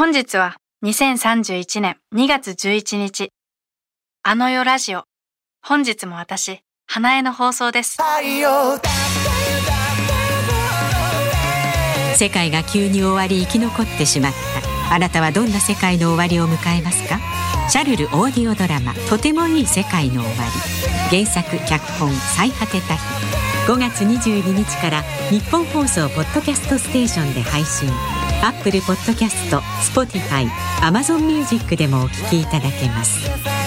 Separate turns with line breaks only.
本日は2031年2月11日。あの世ラジオ。本日も私、花江の放送です。
世界が急に終わり生き残ってしまった。あなたはどんな世界の終わりを迎えますか？シャルルオーディオドラマ、とてもいい世界の終わり。原作脚本最果てた日。5月22日から日本放送ポッドキャストステーションで配信。Apple Podcast、Spotify、Amazon Music でもお聞きいただけます。